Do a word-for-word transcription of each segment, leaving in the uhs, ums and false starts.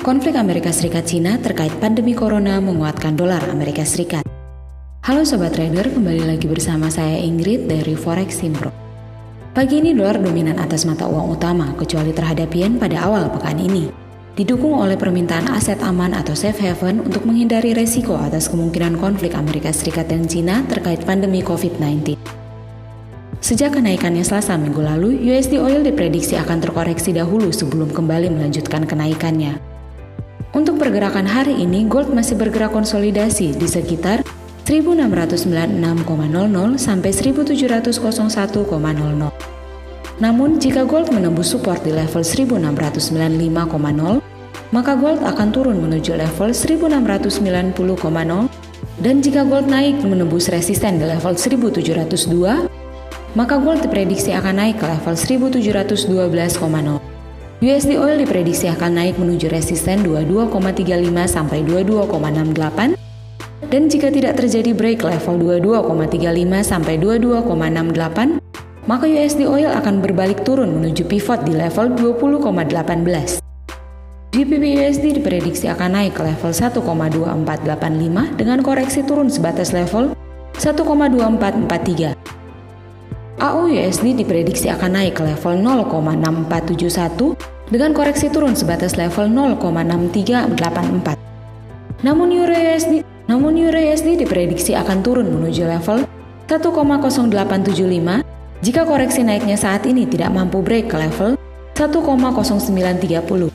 Konflik Amerika Serikat-Cina terkait pandemi corona menguatkan dolar Amerika Serikat. Halo Sobat Trader, kembali lagi bersama saya Ingrid dari Forex Simpro. Pagi ini dolar dominan atas mata uang utama kecuali terhadap yen pada awal pekan ini, didukung oleh permintaan aset aman atau safe haven untuk menghindari resiko atas kemungkinan konflik Amerika Serikat dan Cina terkait pandemi covid sembilan belas. Sejak kenaikannya Selasa minggu lalu, U S D Oil diprediksi akan terkoreksi dahulu sebelum kembali melanjutkan kenaikannya. Untuk pergerakan hari ini, gold masih bergerak konsolidasi di sekitar seribu enam ratus sembilan puluh enam koma nol nol sampai seribu tujuh ratus satu koma nol nol. Namun, jika gold menembus support di level seribu enam ratus sembilan puluh lima koma nol, maka gold akan turun menuju level seribu enam ratus sembilan puluh koma nol, dan jika gold naik menembus resisten di level seribu tujuh ratus dua, maka gold diprediksi akan naik ke level seribu tujuh ratus dua belas koma nol. U S D Oil diprediksi akan naik menuju resisten dua puluh dua koma tiga lima sampai dua puluh dua koma enam delapan, dan jika tidak terjadi break level dua puluh dua koma tiga lima sampai dua puluh dua koma enam delapan, maka U S D Oil akan berbalik turun menuju pivot di level dua puluh koma satu delapan. G B P U S D diprediksi akan naik ke level satu koma dua empat delapan lima dengan koreksi turun sebatas level satu koma dua empat empat tiga. A U U S D diprediksi akan naik ke level nol koma enam empat tujuh satu dengan koreksi turun sebatas level nol koma enam tiga delapan empat. Namun Euro U S D, namun Euro U S D diprediksi akan turun menuju level satu koma nol delapan tujuh lima jika koreksi naiknya saat ini tidak mampu break ke level satu koma nol sembilan tiga nol.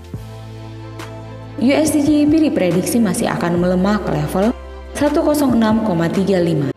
U S D J P Y diprediksi masih akan melemah ke level satu koma nol enam koma tiga lima.